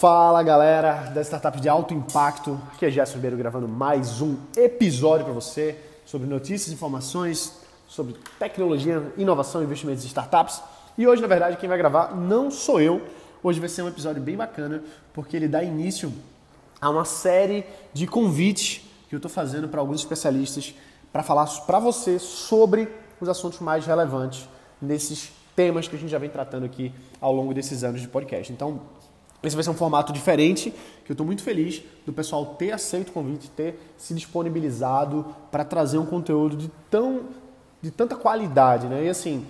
Fala galera das startups de alto impacto, aqui é Gerson Ribeiro gravando mais um episódio para você sobre notícias e informações sobre tecnologia, inovação e investimentos em startups. E hoje, na verdade, quem vai gravar não sou eu. Hoje vai ser um episódio bem bacana porque ele dá início a uma série de convites que eu estou fazendo para alguns especialistas para falar para você sobre os assuntos mais relevantes nesses temas que a gente já vem tratando aqui ao longo desses anos de podcast. Então, esse vai ser um formato diferente, que eu estou muito feliz do pessoal ter aceito o convite, ter se disponibilizado para trazer um conteúdo de tanta qualidade, né? E assim,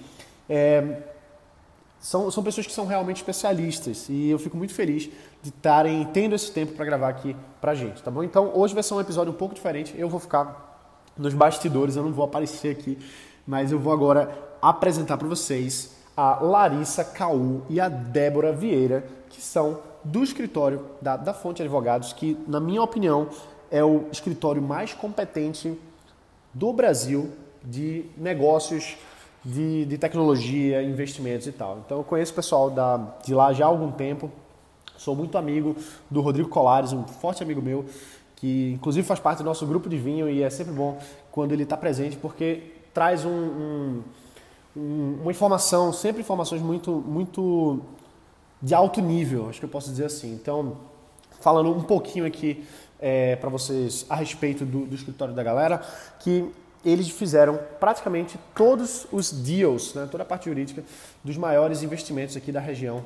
são pessoas que são realmente especialistas e eu fico muito feliz de estarem tendo esse tempo para gravar aqui para a gente, tá bom? Então, hoje vai ser um episódio um pouco diferente, eu vou ficar nos bastidores, eu não vou aparecer aqui, mas eu vou agora apresentar para vocês a Larissa Caú e a Débora Vieira, que são do escritório da Fonte Advogados, que, na minha opinião, é o escritório mais competente do Brasil de negócios, de tecnologia, investimentos e tal. Então, eu conheço o pessoal de lá já há algum tempo, sou muito amigo do Rodrigo Colares, um forte amigo meu, que inclusive faz parte do nosso grupo de vinho e é sempre bom quando ele está presente, porque traz uma informação, sempre informações muito de alto nível, acho que eu posso dizer assim. Então, falando um pouquinho aqui para vocês a respeito do escritório da galera, que eles fizeram praticamente todos os deals, né, toda a parte jurídica dos maiores investimentos aqui da região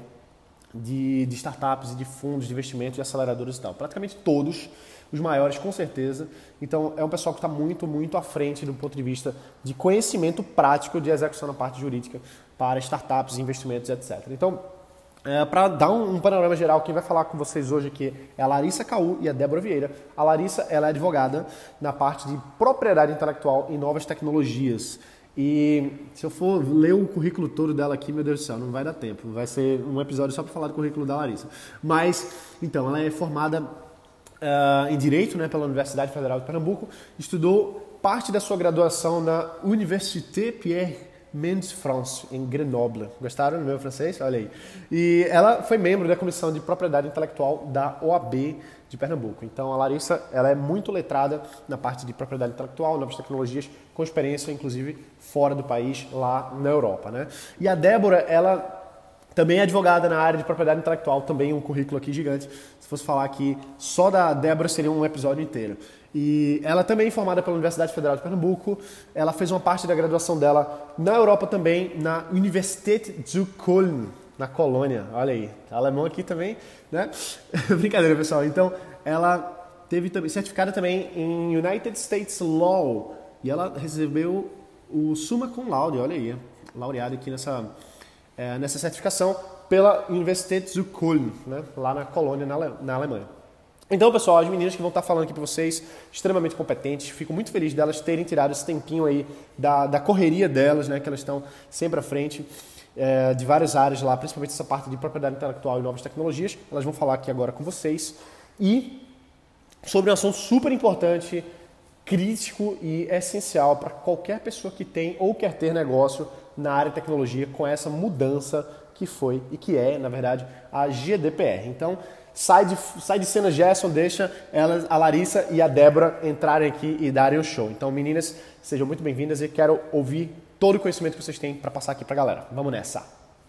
de startups e de fundos de investimentos e aceleradoras e tal. Praticamente todos os maiores, com certeza. Então, é um pessoal que está muito à frente do ponto de vista de conhecimento prático de execução na parte jurídica para startups, investimentos, etc. Então, para dar um panorama geral, quem vai falar com vocês hoje aqui é a Larissa Caú e a Débora Vieira. A Larissa, ela é advogada na parte de propriedade intelectual e novas tecnologias. E se eu for ler o currículo todo dela aqui, meu Deus do céu, não vai dar tempo. Vai ser um episódio só para falar do currículo da Larissa. Mas, então, ela é formada em Direito, né, pela Universidade Federal de Pernambuco. Estudou parte da sua graduação na Université Pierre Mendès France, em Grenoble. Gostaram do meu francês? Olha aí. E ela foi membro da Comissão de Propriedade Intelectual da OAB de Pernambuco. Então, a Larissa, ela é muito letrada na parte de propriedade intelectual, novas tecnologias, com experiência, inclusive, fora do país, lá na Europa, né? E a Débora, ela também é advogada na área de propriedade intelectual, também um currículo aqui gigante. Se fosse falar aqui só da Débora, seria um episódio inteiro. E ela também é formada pela Universidade Federal de Pernambuco. Ela fez uma parte da graduação dela na Europa também, na Universität zu Köln, na Colônia. Olha aí, alemão aqui também, né? Brincadeira, pessoal. Então, ela teve também certificada também em United States Law. E ela recebeu o Summa Cum Laude, olha aí, laureada aqui nessa certificação pela Universität zu Köln, né? Lá na Colônia, na Alemanha. Então, pessoal, as meninas que vão estar falando aqui para vocês, extremamente competentes, fico muito feliz delas terem tirado esse tempinho aí da correria delas, né, que elas estão sempre à frente de várias áreas lá, principalmente essa parte de propriedade intelectual e novas tecnologias. Elas vão falar aqui agora com vocês e sobre um assunto super importante, crítico e essencial para qualquer pessoa que tem ou quer ter negócio na área de tecnologia com essa mudança que foi e que é, na verdade, a GDPR. Então, sai de cena, Gerson, deixa a Larissa e a Débora entrarem aqui e darem o show. Então, meninas, sejam muito bem-vindas e quero ouvir todo o conhecimento que vocês têm para passar aqui para a galera. Vamos nessa!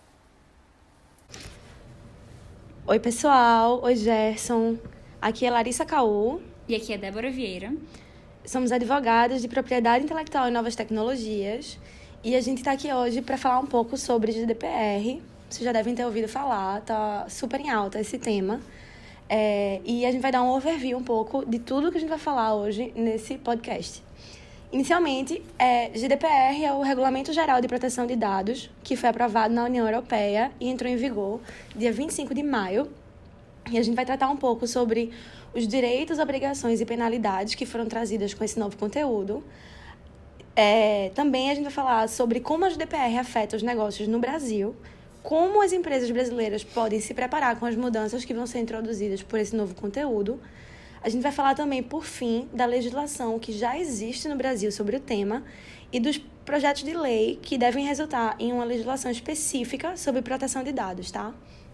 Oi, pessoal. Oi, Gerson. Aqui é Larissa Caú. E aqui é Débora Vieira. Somos advogadas de propriedade intelectual e novas tecnologias. E a gente está aqui hoje para falar um pouco sobre GDPR. Vocês já devem ter ouvido falar, tá super em alta esse tema. E a gente vai dar um overview um pouco de tudo que a gente vai falar hoje nesse podcast. Inicialmente, GDPR é o Regulamento Geral de Proteção de Dados, que foi aprovado na União Europeia e entrou em vigor dia 25 de maio. E a gente vai tratar um pouco sobre os direitos, obrigações e penalidades que foram trazidas com esse novo conteúdo. Também a gente vai falar sobre como a GDPR afeta os negócios no Brasil, como as empresas brasileiras podem se preparar com as mudanças que vão ser introduzidas por esse novo conteúdo. A gente vai falar também, por fim, da legislação que já existe no Brasil sobre o tema e dos projetos de lei que devem resultar em uma legislação específica sobre proteção de dados, tá?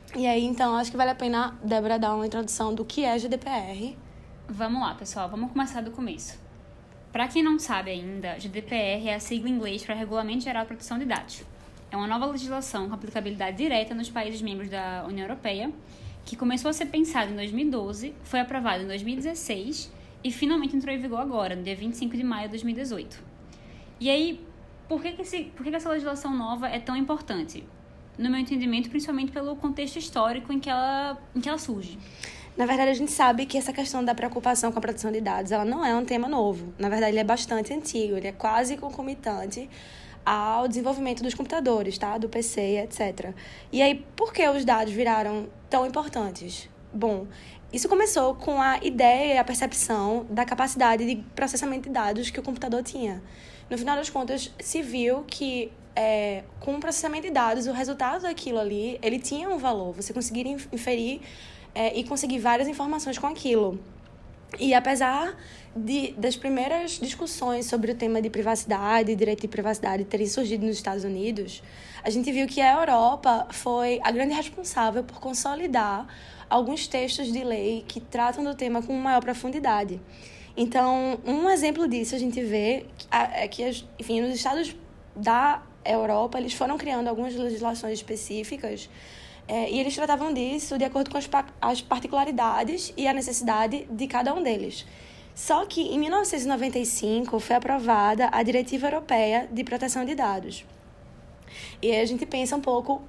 E aí, então, acho que vale a pena, Débora, dar uma introdução do que é GDPR. Vamos lá, pessoal. Vamos começar do começo. Para quem não sabe ainda, GDPR é a sigla em inglês para Regulamento Geral de Proteção de Dados. É uma nova legislação com aplicabilidade direta nos países membros da União Europeia, que começou a ser pensada em 2012, foi aprovada em 2016 e finalmente entrou em vigor agora, no dia 25 de maio de 2018. E aí, por que essa legislação nova é tão importante? No meu entendimento, principalmente pelo contexto histórico em que ela surge. Na verdade, a gente sabe que essa questão da preocupação com a proteção de dados, ela não é um tema novo. Na verdade, ele é bastante antigo, ele é quase concomitante ao desenvolvimento dos computadores, tá? Do PC, etc. E aí, por que os dados viraram tão importantes? Bom, isso começou com a ideia e a percepção da capacidade de processamento de dados que o computador tinha. No final das contas, se viu que com o processamento de dados, o resultado daquilo ali, ele tinha um valor. Você conseguiria inferir e conseguir várias informações com aquilo. E apesar das primeiras discussões sobre o tema de privacidade, direito de privacidade, terem surgido nos Estados Unidos, a gente viu que a Europa foi a grande responsável por consolidar alguns textos de lei que tratam do tema com maior profundidade. Então, um exemplo disso a gente vê que enfim, nos estados da Europa, eles foram criando algumas legislações específicas e eles tratavam disso de acordo com as particularidades e a necessidade de cada um deles. Só que, em 1995, foi aprovada a Diretiva Europeia de Proteção de Dados. E aí a gente pensa um pouco,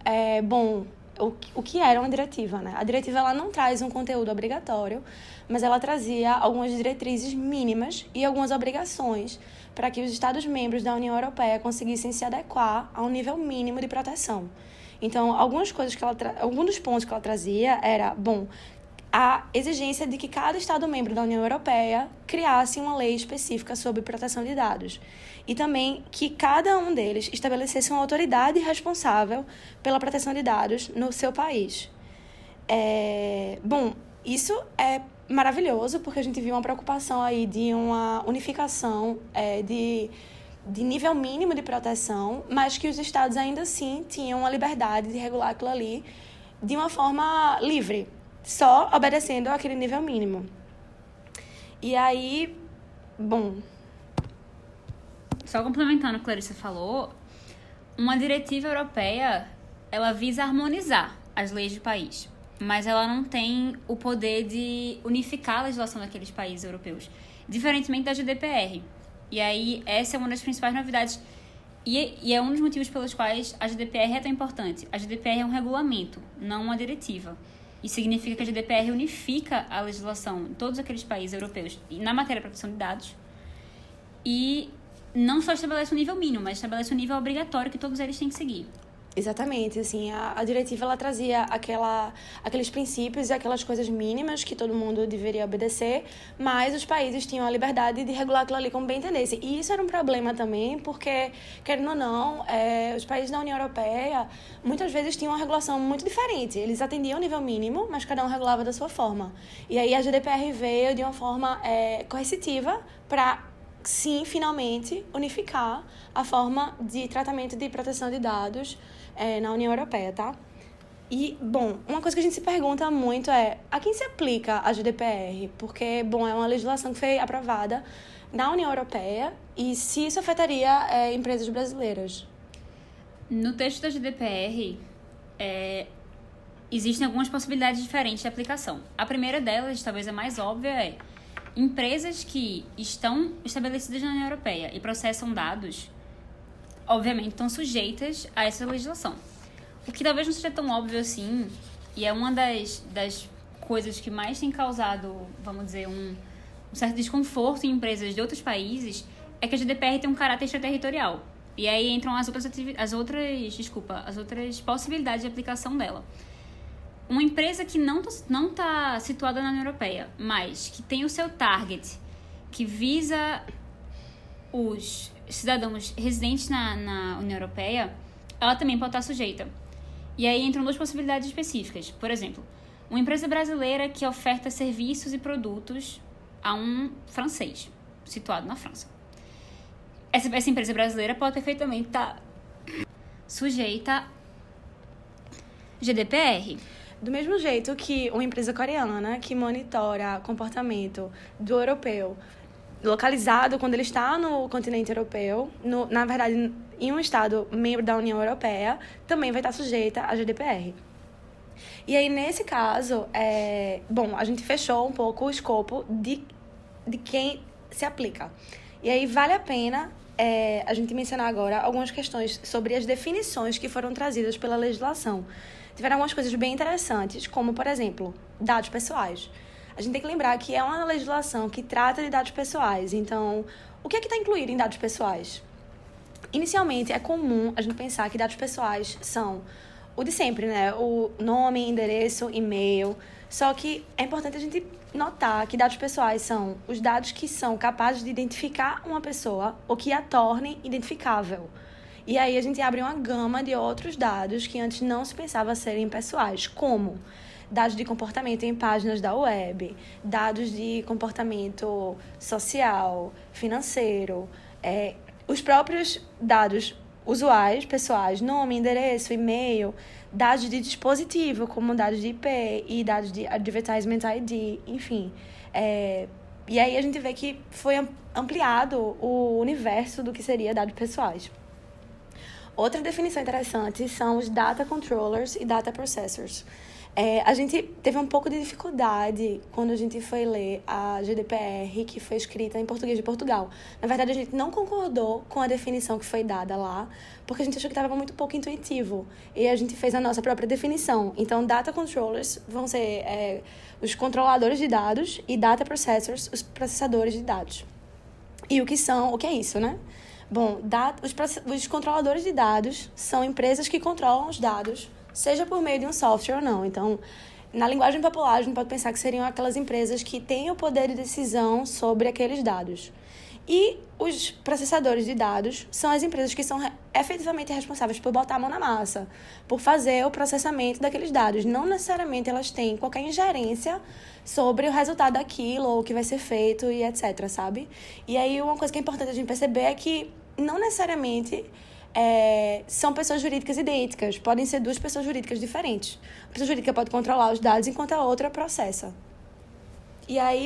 o que era uma diretiva, né? A diretiva ela não traz um conteúdo obrigatório, mas ela trazia algumas diretrizes mínimas e algumas obrigações para que os Estados-membros da União Europeia conseguissem se adequar a um nível mínimo de proteção. Então, alguns dos pontos que ela trazia era, a exigência de que cada Estado-membro da União Europeia criasse uma lei específica sobre proteção de dados. E também que cada um deles estabelecesse uma autoridade responsável pela proteção de dados no seu país. Isso é maravilhoso, porque a gente viu uma preocupação aí de uma unificação de nível mínimo de proteção, mas que os estados ainda assim tinham a liberdade de regular aquilo ali de uma forma livre, só obedecendo àquele nível mínimo. E aí, Só complementando o que a Clarissa falou, uma diretiva europeia, ela visa harmonizar as leis do país, mas ela não tem o poder de unificar a legislação daqueles países europeus, diferentemente da GDPR. E aí, essa é uma das principais novidades e é um dos motivos pelos quais a GDPR é tão importante. A GDPR é um regulamento, não uma diretiva. Isso significa que a GDPR unifica a legislação em todos aqueles países europeus na matéria de proteção de dados e não só estabelece um nível mínimo, mas estabelece um nível obrigatório que todos eles têm que seguir. Exatamente, assim, a diretiva ela trazia aqueles princípios e aquelas coisas mínimas que todo mundo deveria obedecer, mas os países tinham a liberdade de regular aquilo ali como bem entendesse. E isso era um problema também, porque, querendo ou não, os países da União Europeia muitas vezes tinham uma regulação muito diferente. Eles atendiam o nível mínimo, mas cada um regulava da sua forma. E aí a GDPR veio de uma forma coercitiva para, sim, finalmente, unificar a forma de tratamento de proteção de dados na União Europeia, tá? E, uma coisa que a gente se pergunta muito é a quem se aplica a GDPR? Porque, é uma legislação que foi aprovada na União Europeia e se isso afetaria empresas brasileiras. No texto da GDPR, existem algumas possibilidades diferentes de aplicação. A primeira delas, talvez a mais óbvia, é empresas que estão estabelecidas na União Europeia e processam dados, obviamente, estão sujeitas a essa legislação. O que talvez não seja tão óbvio assim, e é uma das coisas que mais tem causado, vamos dizer, um certo desconforto em empresas de outros países, é que a GDPR tem um caráter extraterritorial. E aí entram as outras possibilidades de aplicação dela. Uma empresa que não está situada na União Europeia, mas que tem o seu target, que visa os cidadãos residentes na União Europeia, ela também pode estar sujeita. E aí entram duas possibilidades específicas. Por exemplo, uma empresa brasileira que oferta serviços e produtos a um francês, situado na França. Essa empresa brasileira pode perfeitamente estar sujeita a GDPR. do mesmo jeito que uma empresa coreana que monitora comportamento do europeu localizado quando ele está no continente europeu, na verdade, em um estado membro da União Europeia, também vai estar sujeita à GDPR. E aí, nesse caso, a gente fechou um pouco o escopo de quem se aplica. E aí, vale a pena a gente mencionar agora algumas questões sobre as definições que foram trazidas pela legislação. Tiveram algumas coisas bem interessantes, como, por exemplo, dados pessoais. A gente tem que lembrar que é uma legislação que trata de dados pessoais. Então, o que é que está incluído em dados pessoais? Inicialmente, é comum a gente pensar que dados pessoais são o de sempre, né? O nome, endereço, e-mail. Só que é importante a gente notar que dados pessoais são os dados que são capazes de identificar uma pessoa ou que a tornem identificável. E aí a gente abre uma gama de outros dados que antes não se pensava serem pessoais, como dados de comportamento em páginas da web, dados de comportamento social, financeiro, os próprios dados usuais, pessoais, nome, endereço, e-mail, dados de dispositivo, como dados de IP e dados de Advertisement ID, enfim. E aí a gente vê que foi ampliado o universo do que seria dados pessoais. Outra definição interessante são os Data Controllers e Data Processors. A gente teve um pouco de dificuldade quando a gente foi ler a GDPR, que foi escrita em português de Portugal. Na verdade, a gente não concordou com a definição que foi dada lá, porque a gente achou que estava muito pouco intuitivo. E a gente fez a nossa própria definição. Então, Data Controllers vão ser os controladores de dados e Data Processors, os processadores de dados. E o que é isso, né? Bom, os controladores de dados são empresas que controlam os dados, seja por meio de um software ou não. Então, na linguagem popular, a gente pode pensar que seriam aquelas empresas que têm o poder de decisão sobre aqueles dados. E os processadores de dados são as empresas que são efetivamente responsáveis por botar a mão na massa, por fazer o processamento daqueles dados. Não necessariamente elas têm qualquer ingerência sobre o resultado daquilo, ou o que vai ser feito e etc, sabe? E aí, uma coisa que é importante a gente perceber é que não necessariamente são pessoas jurídicas idênticas. Podem ser duas pessoas jurídicas diferentes. A pessoa jurídica pode controlar os dados enquanto a outra processa. E aí,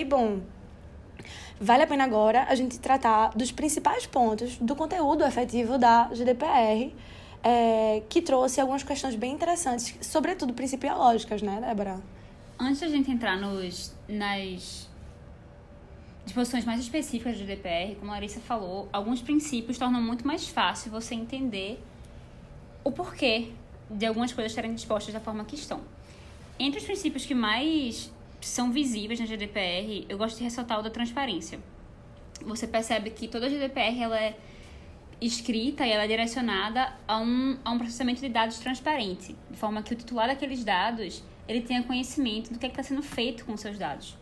vale a pena agora a gente tratar dos principais pontos do conteúdo efetivo da GDPR, que trouxe algumas questões bem interessantes, sobretudo principiológicas, né, Débora? Antes da gente entrar nas disposições mais específicas do GDPR, como a Larissa falou, alguns princípios tornam muito mais fácil você entender o porquê de algumas coisas estarem dispostas da forma que estão. Entre os princípios que mais são visíveis na GDPR, eu gosto de ressaltar o da transparência. Você percebe que toda a GDPR ela é escrita e ela é direcionada a um processamento de dados transparente, de forma que o titular daqueles dados ele tenha conhecimento do que está sendo feito com os seus dados.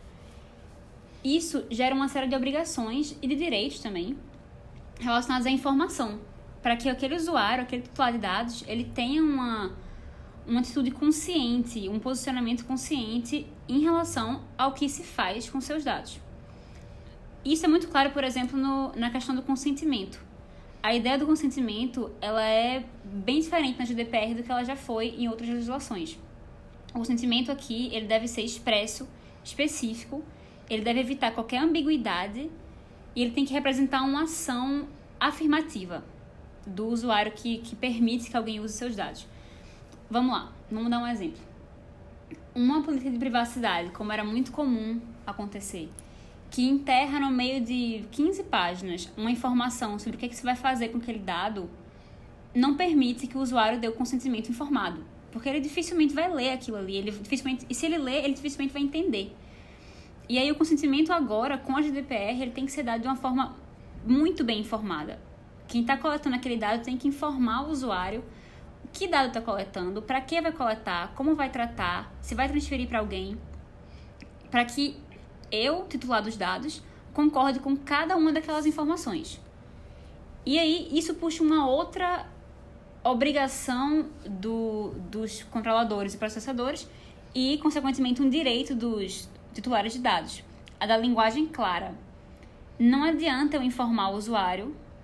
Isso gera uma série de obrigações e de direitos também relacionados à informação, para que aquele usuário, aquele titular de dados, ele tenha uma atitude consciente, um posicionamento consciente em relação ao que se faz com seus dados. Isso é muito claro, por exemplo, na questão do consentimento. A ideia do consentimento ela é bem diferente na GDPR do que ela já foi em outras legislações. O consentimento aqui ele deve ser expresso, específico, ele deve evitar qualquer ambiguidade e ele tem que representar uma ação afirmativa do usuário que permite que alguém use seus dados. Vamos lá, vamos dar um exemplo. Uma política de privacidade, como era muito comum acontecer, que enterra no meio de 15 páginas uma informação sobre o que se vai fazer com aquele dado, não permite que o usuário dê o consentimento informado, porque ele dificilmente vai ler aquilo ali, e se ele ler, ele dificilmente vai entender. E aí o consentimento agora, com a GDPR, ele tem que ser dado de uma forma muito bem informada. Quem está coletando aquele dado tem que informar o usuário que dado está coletando, para que vai coletar, como vai tratar, se vai transferir para alguém, para que eu, titular dos dados, concorde com cada uma daquelas informações. E aí isso puxa uma outra obrigação dos controladores e processadores e, consequentemente, um direito dos titulares de dados, a da linguagem clara. Não adianta eu informar o usuário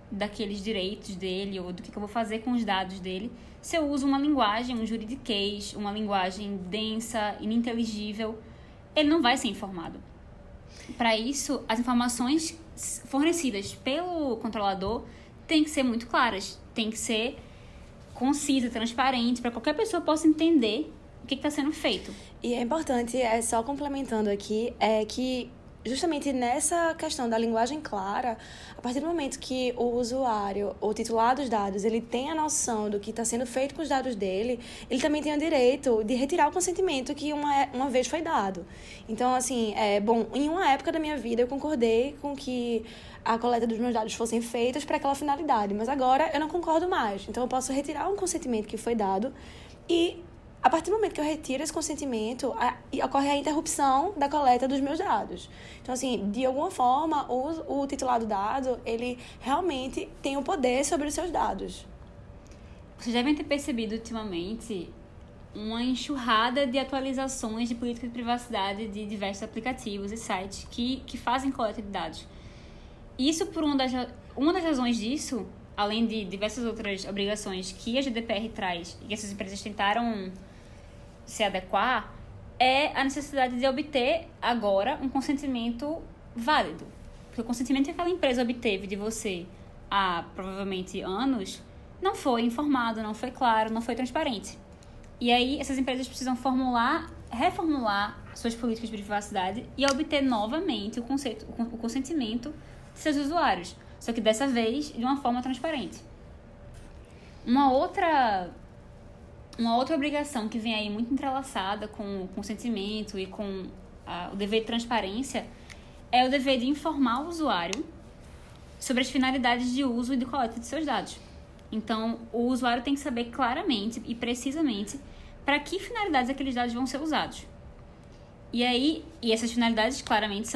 daqueles direitos dele ou do que eu vou fazer com os dados dele se eu uso uma linguagem, um juridiquês, uma linguagem densa, ininteligível. Ele não vai ser informado. Para isso, as informações fornecidas pelo controlador têm que ser muito claras, têm que ser concisa, transparente, para qualquer pessoa possa entender o que está sendo feito. E é importante, só complementando aqui, que justamente nessa questão da linguagem clara, a partir do momento que o usuário, o titular dos dados, ele tem a noção do que está sendo feito com os dados dele, ele também tem o direito de retirar o consentimento que uma vez foi dado. Então, assim, em uma época da minha vida eu concordei com que a coleta dos meus dados fossem feitas para aquela finalidade, mas agora eu não concordo mais. Então, eu posso retirar um consentimento que foi dado e, a partir do momento que eu retiro esse consentimento, ocorre a interrupção da coleta dos meus dados. Então, assim, de alguma forma, o titular do dado, ele realmente tem o poder sobre os seus dados. Vocês devem ter percebido ultimamente uma enxurrada de atualizações de política de privacidade de diversos aplicativos e sites que fazem coleta de dados. Isso, por uma das razões disso, além de diversas outras obrigações que a GDPR traz e que essas empresas tentaram se adequar, é a necessidade de obter agora um consentimento válido. Porque o consentimento que aquela empresa obteve de você há provavelmente anos não foi informado, não foi claro, não foi transparente. E aí essas empresas precisam reformular suas políticas de privacidade e obter novamente o consentimento de seus usuários, só que dessa vez de uma forma transparente. Uma outra obrigação que vem aí muito entrelaçada com o consentimento e com o dever de transparência é o dever de informar o usuário sobre as finalidades de uso e de coleta de seus dados. Então, o usuário tem que saber claramente e precisamente para que finalidades aqueles dados vão ser usados. E essas finalidades claramente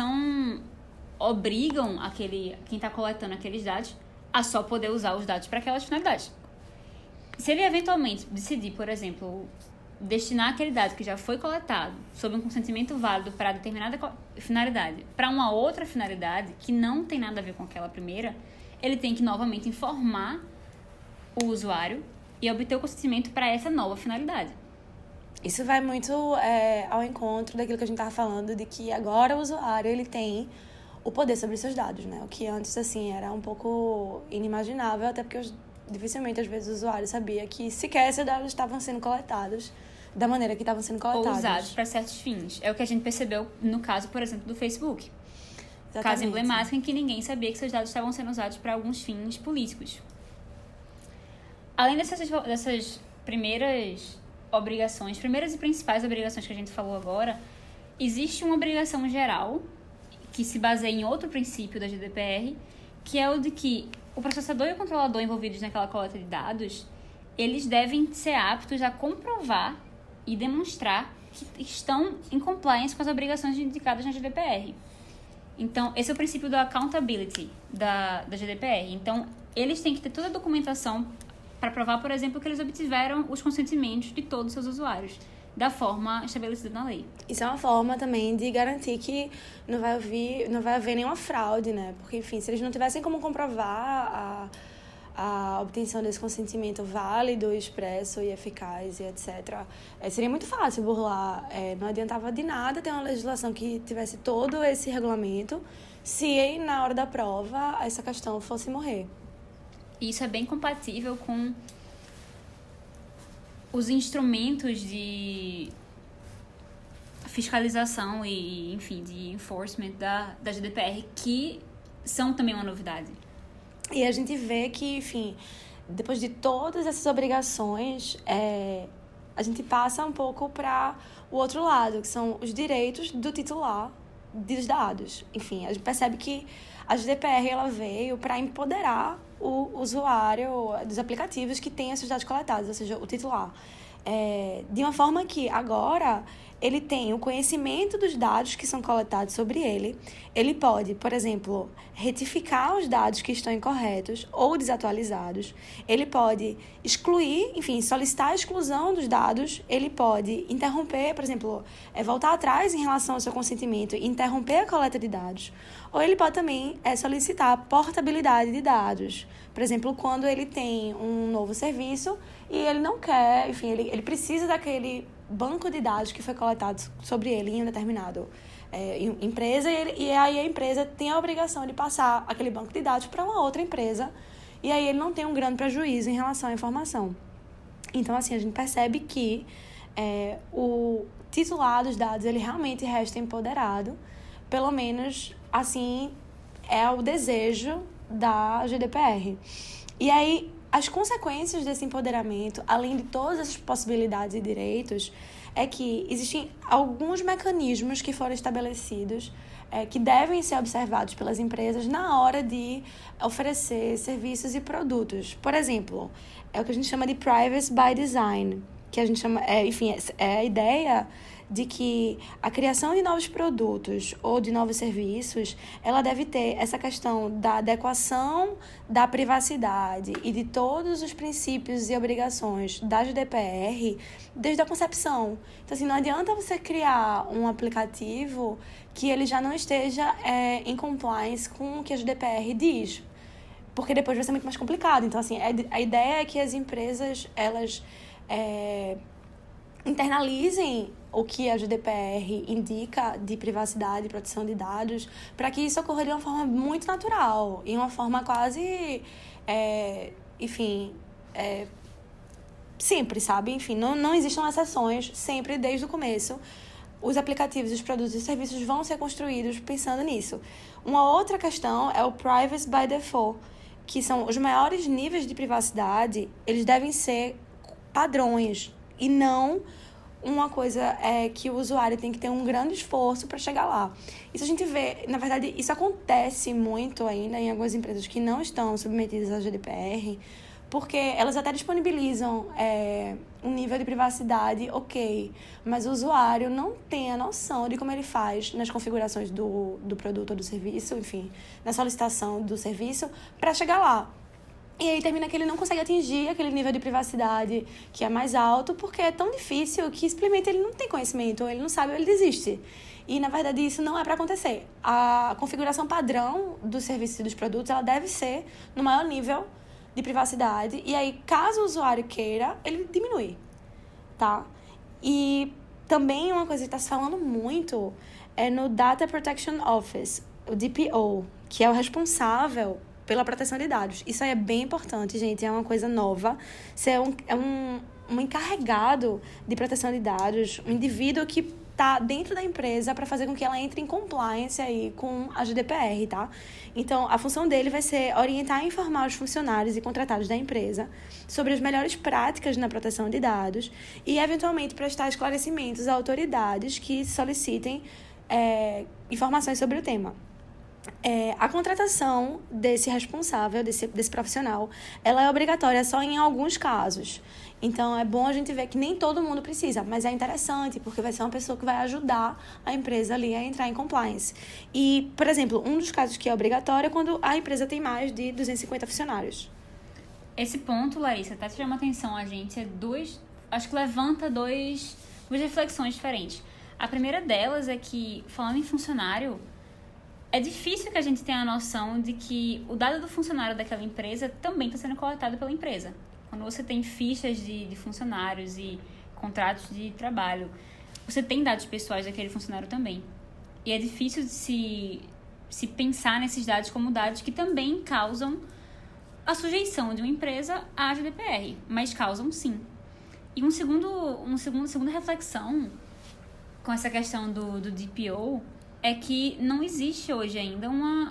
obrigam quem está coletando aqueles dados a só poder usar os dados para aquelas finalidades. Se ele eventualmente decidir, por exemplo, destinar aquele dado que já foi coletado sob um consentimento válido para determinada finalidade para uma outra finalidade que não tem nada a ver com aquela primeira, ele tem que novamente informar o usuário e obter o consentimento para essa nova finalidade. Isso vai muito ao encontro daquilo que a gente estava falando, de que agora o usuário ele tem o poder sobre seus dados, né? O que antes, assim, era um pouco inimaginável, até porque dificilmente, às vezes, o usuário sabia que sequer esses dados estavam sendo coletados da maneira que estavam sendo coletados. Ou usados para certos fins. É o que a gente percebeu no caso, por exemplo, do Facebook. Exatamente. Caso emblemático em que ninguém sabia que seus dados estavam sendo usados para alguns fins políticos. Além dessas primeiras e principais obrigações que a gente falou agora, existe uma obrigação geral que se baseia em outro princípio da GDPR, que é o de que o processador e o controlador envolvidos naquela coleta de dados, eles devem ser aptos a comprovar e demonstrar que estão em compliance com as obrigações indicadas na GDPR. Então, esse é o princípio da accountability da GDPR. Então, eles têm que ter toda a documentação para provar, por exemplo, que eles obtiveram os consentimentos de todos os seus usuários, da forma estabelecida na lei. Isso é uma forma também de garantir que não vai haver nenhuma fraude, né? Porque, enfim, se eles não tivessem como comprovar a obtenção desse consentimento válido, expresso e eficaz e etc., seria muito fácil burlar. Não adiantava de nada ter uma legislação que tivesse todo esse regulamento se, na hora da prova, essa questão fosse morrer. Isso é bem compatível com os instrumentos de fiscalização e, enfim, de enforcement da GDPR, que são também uma novidade. E a gente vê que, enfim, depois de todas essas obrigações, a gente passa um pouco para o outro lado, que são os direitos do titular dos dados. Enfim, a gente percebe que a GDPR ela veio para empoderar o usuário dos aplicativos que têm esses dados coletados, ou seja, o titular. De uma forma que agora ele tem o conhecimento dos dados que são coletados sobre ele. Ele pode, por exemplo, retificar os dados que estão incorretos ou desatualizados. Ele pode excluir, enfim, solicitar a exclusão dos dados. Ele pode interromper, por exemplo, voltar atrás em relação ao seu consentimento e interromper a coleta de dados. Ou ele pode também solicitar a portabilidade de dados. Por exemplo, quando ele tem um novo serviço e ele não quer, enfim, ele precisa daquele banco de dados que foi coletado sobre ele em um determinado empresa, e aí a empresa tem a obrigação de passar aquele banco de dados para uma outra empresa, e aí ele não tem um grande prejuízo em relação à informação. Então, assim, a gente percebe que o titular dos dados, ele realmente resta empoderado, pelo menos, assim, é o desejo da GDPR. E aí, as consequências desse empoderamento, além de todas essas possibilidades e direitos, é que existem alguns mecanismos que foram estabelecidos que devem ser observados pelas empresas na hora de oferecer serviços e produtos. Por exemplo, é o que a gente chama de Privacy by Design, que a gente chama, é a ideia de que a criação de novos produtos ou de novos serviços, ela deve ter essa questão da adequação da privacidade e de todos os princípios e obrigações da GDPR desde a concepção. Então, assim, não adianta você criar um aplicativo que ele já não esteja em compliance com o que a GDPR diz, porque depois vai ser muito mais complicado. Então, assim, a ideia é que as empresas, elas internalizem o que a GDPR indica de privacidade e proteção de dados, para que isso ocorra de uma forma muito natural, e uma forma quase, simples, sabe? Enfim, não existam exceções, sempre desde o começo. Os aplicativos, os produtos e serviços vão ser construídos pensando nisso. Uma outra questão é o Privacy by Default, que são os maiores níveis de privacidade, eles devem ser padrões, e não uma coisa que o usuário tem que ter um grande esforço para chegar lá. Isso a gente vê, na verdade, isso acontece muito ainda em algumas empresas que não estão submetidas à GDPR, porque elas até disponibilizam um nível de privacidade ok, mas o usuário não tem a noção de como ele faz nas configurações do produto ou do serviço, enfim, na solicitação do serviço, para chegar lá. E aí termina que ele não consegue atingir aquele nível de privacidade que é mais alto, porque é tão difícil que simplesmente ele não tem conhecimento, ou ele não sabe, ou ele desiste. E, na verdade, isso não é para acontecer. A configuração padrão dos serviços e dos produtos, ela deve ser no maior nível de privacidade. E aí, caso o usuário queira, ele diminui, tá? E também uma coisa que está se falando muito é no Data Protection Office, o DPO, que é o responsável pela proteção de dados. Isso aí é bem importante, gente, é uma coisa nova. Você é um encarregado de proteção de dados, um indivíduo que está dentro da empresa para fazer com que ela entre em compliance aí com a GDPR, tá? Então, a função dele vai ser orientar e informar os funcionários e contratados da empresa sobre as melhores práticas na proteção de dados e, eventualmente, prestar esclarecimentos a autoridades que solicitem informações sobre o tema. A contratação desse responsável, desse profissional, ela é obrigatória só em alguns casos. Então, é bom a gente ver que nem todo mundo precisa, mas é interessante, porque vai ser uma pessoa que vai ajudar a empresa ali a entrar em compliance. E, por exemplo, um dos casos que é obrigatório é quando a empresa tem mais de 250 funcionários. Esse ponto, Larissa, até chama atenção a gente, acho que levanta duas reflexões diferentes. A primeira delas é que, falando em funcionário, é difícil que a gente tenha a noção de que o dado do funcionário daquela empresa também está sendo coletado pela empresa. Quando você tem fichas de funcionários e contratos de trabalho, você tem dados pessoais daquele funcionário também. E é difícil de se pensar nesses dados como dados que também causam a sujeição de uma empresa à GDPR, mas causam sim. E uma segunda reflexão com essa questão do DPO é que não existe hoje ainda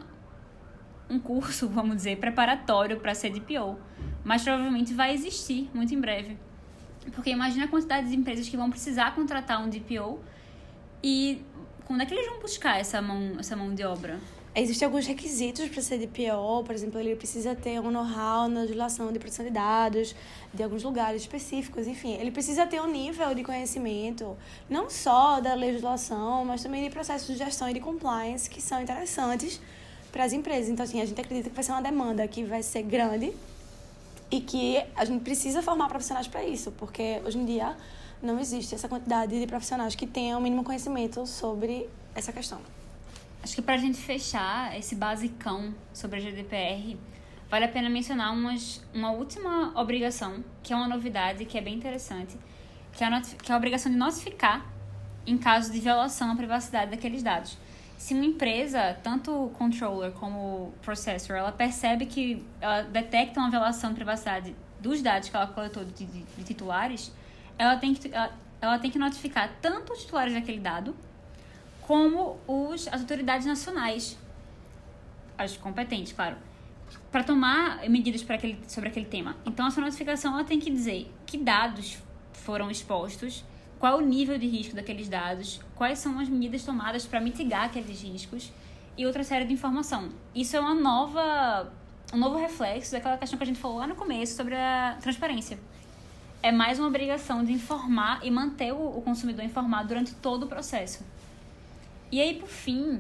um curso, vamos dizer, preparatório para ser DPO. Mas provavelmente vai existir muito em breve. Porque imagina a quantidade de empresas que vão precisar contratar um DPO e quando é que eles vão buscar essa mão de obra? Existem alguns requisitos para ser DPO, por exemplo, ele precisa ter um know-how na legislação de proteção de dados, de alguns lugares específicos, enfim. Ele precisa ter um nível de conhecimento, não só da legislação, mas também de processos de gestão e de compliance, que são interessantes para as empresas. Então, assim, a gente acredita que vai ser uma demanda que vai ser grande e que a gente precisa formar profissionais para isso, porque hoje em dia não existe essa quantidade de profissionais que tenham o mínimo conhecimento sobre essa questão. Acho que para a gente fechar esse basicão sobre a GDPR, vale a pena mencionar uma última obrigação, que é uma novidade, que é bem interessante, que é a obrigação de notificar em caso de violação à privacidade daqueles dados. Se uma empresa, tanto o controller como o processor, ela percebe que ela detecta uma violação de privacidade dos dados que ela coletou de titulares, ela tem que notificar tanto os titulares daquele dado, como as autoridades nacionais, as competentes, claro, para tomar medidas sobre aquele tema. Então, essa notificação ela tem que dizer que dados foram expostos, qual é o nível de risco daqueles dados, quais são as medidas tomadas para mitigar aqueles riscos e outra série de informação. Isso é um novo reflexo daquela questão que a gente falou lá no começo sobre a transparência. É mais uma obrigação de informar e manter o consumidor informado durante todo o processo. E aí, por fim,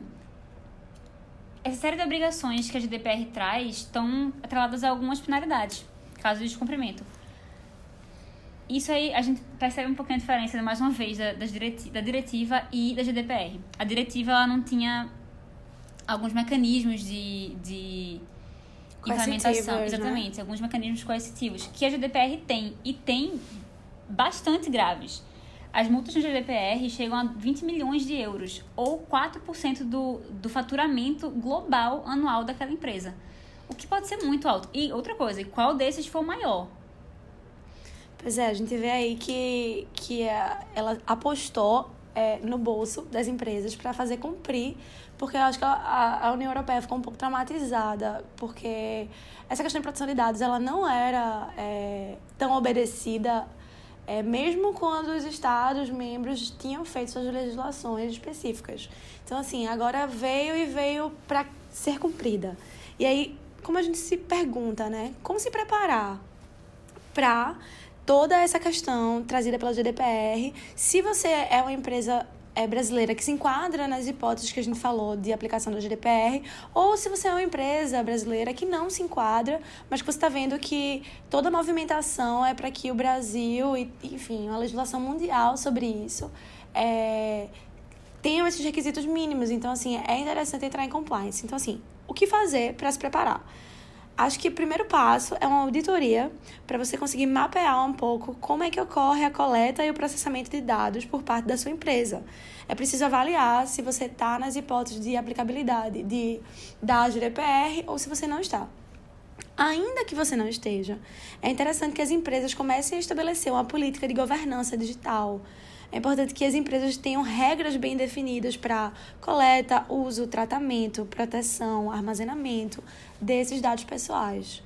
essa série de obrigações que a GDPR traz estão atreladas a algumas penalidades, caso de descumprimento. Isso aí, a gente percebe um pouquinho a diferença, mais uma vez, da diretiva e da GDPR. A diretiva ela não tinha alguns mecanismos de implementação, exatamente, né? Alguns mecanismos coercitivos, que a GDPR tem, e tem bastante graves. As multas no GDPR chegam a 20 milhões de euros, ou 4% do faturamento global anual daquela empresa. O que pode ser muito alto. E outra coisa, qual desses for o maior? Pois é, a gente vê aí que ela apostou no bolso das empresas para fazer cumprir, porque eu acho que a União Europeia ficou um pouco traumatizada, porque essa questão de proteção de dados ela não era tão obedecida, mesmo quando os Estados membros tinham feito suas legislações específicas. Então, assim, agora veio para ser cumprida. E aí, como a gente se pergunta, né? Como se preparar para toda essa questão trazida pela GDPR? Se você é uma empresa brasileira que se enquadra nas hipóteses que a gente falou de aplicação da GDPR, ou se você é uma empresa brasileira que não se enquadra, mas que você está vendo que toda a movimentação é para que o Brasil, e, enfim, uma legislação mundial sobre isso, tenham esses requisitos mínimos. Então, assim, é interessante entrar em compliance. Então, assim, o que fazer para se preparar? Acho que o primeiro passo é uma auditoria para você conseguir mapear um pouco como é que ocorre a coleta e o processamento de dados por parte da sua empresa. É preciso avaliar se você está nas hipóteses de aplicabilidade da GDPR ou se você não está. Ainda que você não esteja, é interessante que as empresas comecem a estabelecer uma política de governança digital. É importante que as empresas tenham regras bem definidas para coleta, uso, tratamento, proteção, armazenamento desses dados pessoais.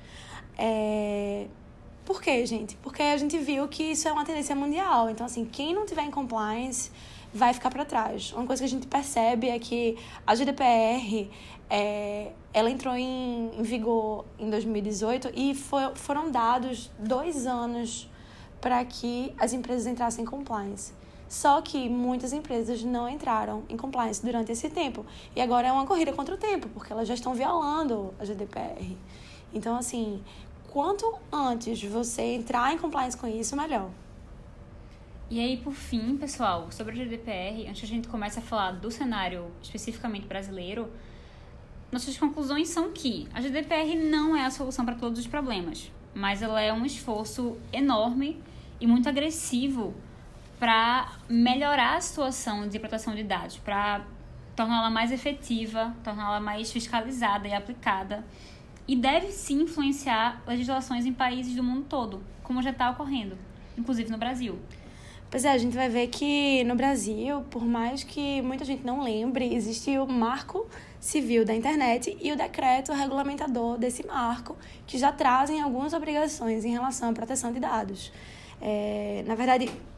Por quê, gente? Porque a gente viu que isso é uma tendência mundial. Então, assim, quem não tiver em compliance vai ficar para trás. Uma coisa que a gente percebe é que a GDPR ela entrou em vigor em 2018 e foram dados 2 anos para que as empresas entrassem em compliance. Só que muitas empresas não entraram em compliance durante esse tempo. E agora é uma corrida contra o tempo, porque elas já estão violando a GDPR. Então, assim, quanto antes você entrar em compliance com isso, melhor. E aí, por fim, pessoal, sobre a GDPR, antes que a gente comece a falar do cenário especificamente brasileiro, nossas conclusões são que a GDPR não é a solução para todos os problemas, mas ela é um esforço enorme e muito agressivo para melhorar a situação de proteção de dados, para torná-la mais efetiva, torná-la mais fiscalizada e aplicada. E deve sim influenciar legislações em países do mundo todo, como já está ocorrendo, inclusive no Brasil. Pois é, a gente vai ver que no Brasil, por mais que muita gente não lembre, existe o Marco Civil da Internet e o decreto regulamentador desse marco, que já trazem algumas obrigações em relação à proteção de dados. Na verdade,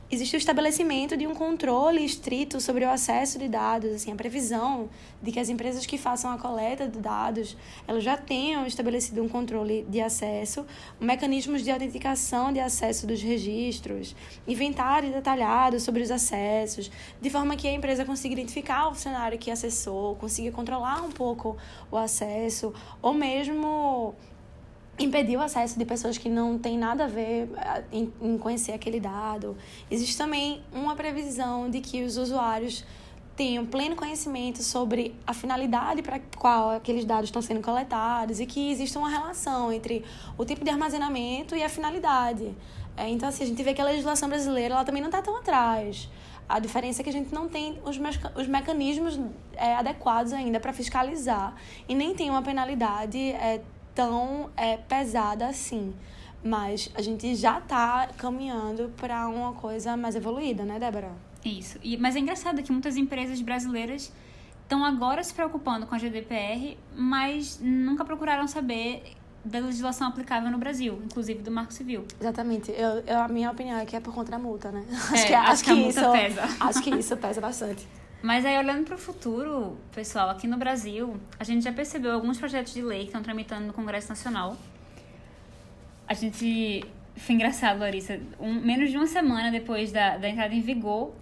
existe o estabelecimento de um controle estrito sobre o acesso de dados, assim, a previsão de que as empresas que façam a coleta de dados, elas já tenham estabelecido um controle de acesso, mecanismos de autenticação de acesso dos registros, inventário detalhado sobre os acessos, de forma que a empresa consiga identificar o funcionário que acessou, consiga controlar um pouco o acesso, ou mesmo impedir o acesso de pessoas que não têm nada a ver em conhecer aquele dado. Existe também uma previsão de que os usuários tenham pleno conhecimento sobre a finalidade para qual aqueles dados estão sendo coletados e que exista uma relação entre o tipo de armazenamento e a finalidade. Então, assim, a gente vê que a legislação brasileira ela também não está tão atrás. A diferença é que a gente não tem os mecanismos adequados ainda para fiscalizar e nem tem uma penalidade tão pesada assim. Mas a gente já está caminhando para uma coisa mais evoluída, né, Débora? Isso. Mas é engraçado que muitas empresas brasileiras estão agora se preocupando com a GDPR, mas nunca procuraram saber da legislação aplicável no Brasil, inclusive do Marco Civil. Exatamente. A minha opinião é que é por conta da multa, né? Acho que a multa pesa. Acho que isso pesa bastante. Mas aí, olhando para o futuro, pessoal, aqui no Brasil, a gente já percebeu alguns projetos de lei que estão tramitando no Congresso Nacional. Foi engraçado, Larissa. Menos de uma semana depois da entrada em vigor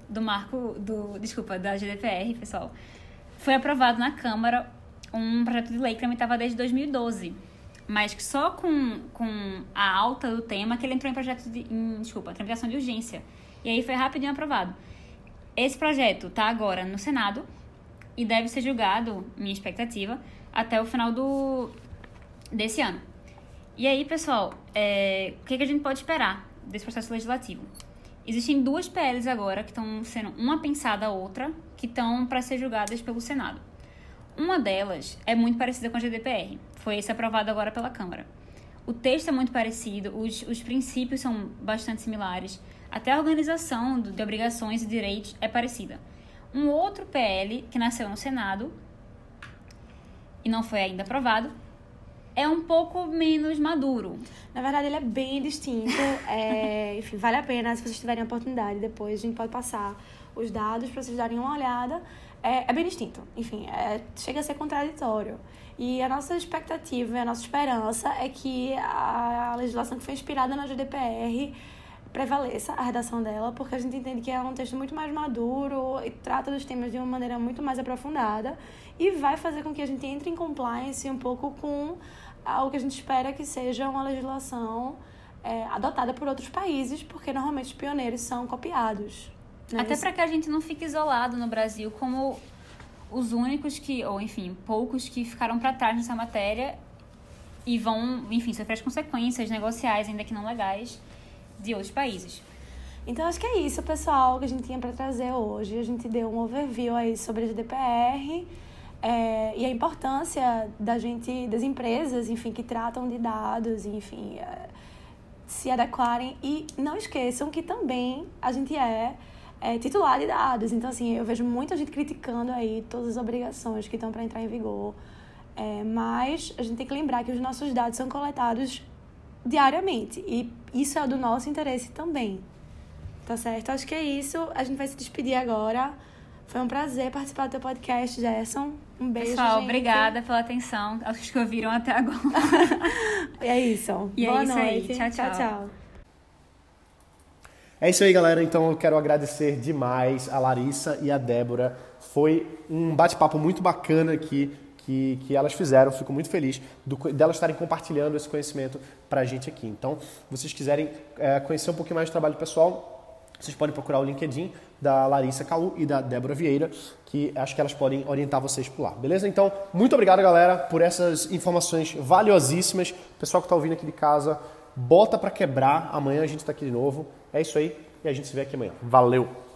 da GDPR, pessoal, foi aprovado na Câmara um projeto de lei que tramitava desde 2012. Mas que só com a alta do tema que ele entrou em tramitação de urgência. E aí foi rapidinho aprovado. Esse projeto está agora no Senado e deve ser julgado, minha expectativa, até o final desse ano. E aí, pessoal, o que a gente pode esperar desse processo legislativo? Existem 2 PLs agora que estão sendo uma pensada a outra, que estão para ser julgadas pelo Senado. Uma delas é muito parecida com a GDPR. Foi esse aprovado agora pela Câmara. O texto é muito parecido, os princípios são bastante similares, até a organização de obrigações e direitos é parecida. Um outro PL, que nasceu no Senado e não foi ainda aprovado, é um pouco menos maduro. Na verdade, ele é bem distinto. Enfim, vale a pena, se vocês tiverem a oportunidade, depois a gente pode passar os dados para vocês darem uma olhada. É bem distinto. Enfim, chega a ser contraditório. E a nossa expectativa, a nossa esperança é que a legislação que foi inspirada na GDPR prevaleça, a redação dela, porque a gente entende que é um texto muito mais maduro e trata dos temas de uma maneira muito mais aprofundada e vai fazer com que a gente entre em compliance um pouco com o que a gente espera que seja uma legislação adotada por outros países, porque normalmente os pioneiros são copiados. Né? Até para que a gente não fique isolado no Brasil como os únicos poucos que ficaram para trás nessa matéria e vão, sofrer as consequências negociais, ainda que não legais, de outros países. Então, acho que é isso, pessoal, que a gente tinha para trazer hoje. A gente deu um overview aí sobre a GDPR e a importância das empresas, que tratam de dados, se adequarem. E não esqueçam que também a gente é titular de dados. Então, eu vejo muita gente criticando aí todas as obrigações que estão para entrar em vigor. Mas a gente tem que lembrar que os nossos dados são coletados diariamente. E isso é do nosso interesse também. Tá certo? Acho que é isso. A gente vai se despedir agora. Foi um prazer participar do teu podcast, Gerson. Um beijo, pessoal, gente. Obrigada pela atenção. Aos que ouviram até agora. É isso. E Boa é isso noite. aí. Tchau, Tchau. É isso aí, galera. Então eu quero agradecer demais a Larissa e a Débora. Foi um bate-papo muito bacana aqui que elas fizeram. Fico muito feliz delas estarem compartilhando esse conhecimento pra gente aqui. Então, se vocês quiserem conhecer um pouquinho mais do trabalho pessoal, vocês podem procurar o LinkedIn da Larissa Caú e da Débora Vieira, que acho que elas podem orientar vocês por lá, beleza? Então, muito obrigado, galera, por essas informações valiosíssimas. Pessoal que está ouvindo aqui de casa, bota pra quebrar. Amanhã a gente tá aqui de novo. É isso aí e a gente se vê aqui amanhã. Valeu!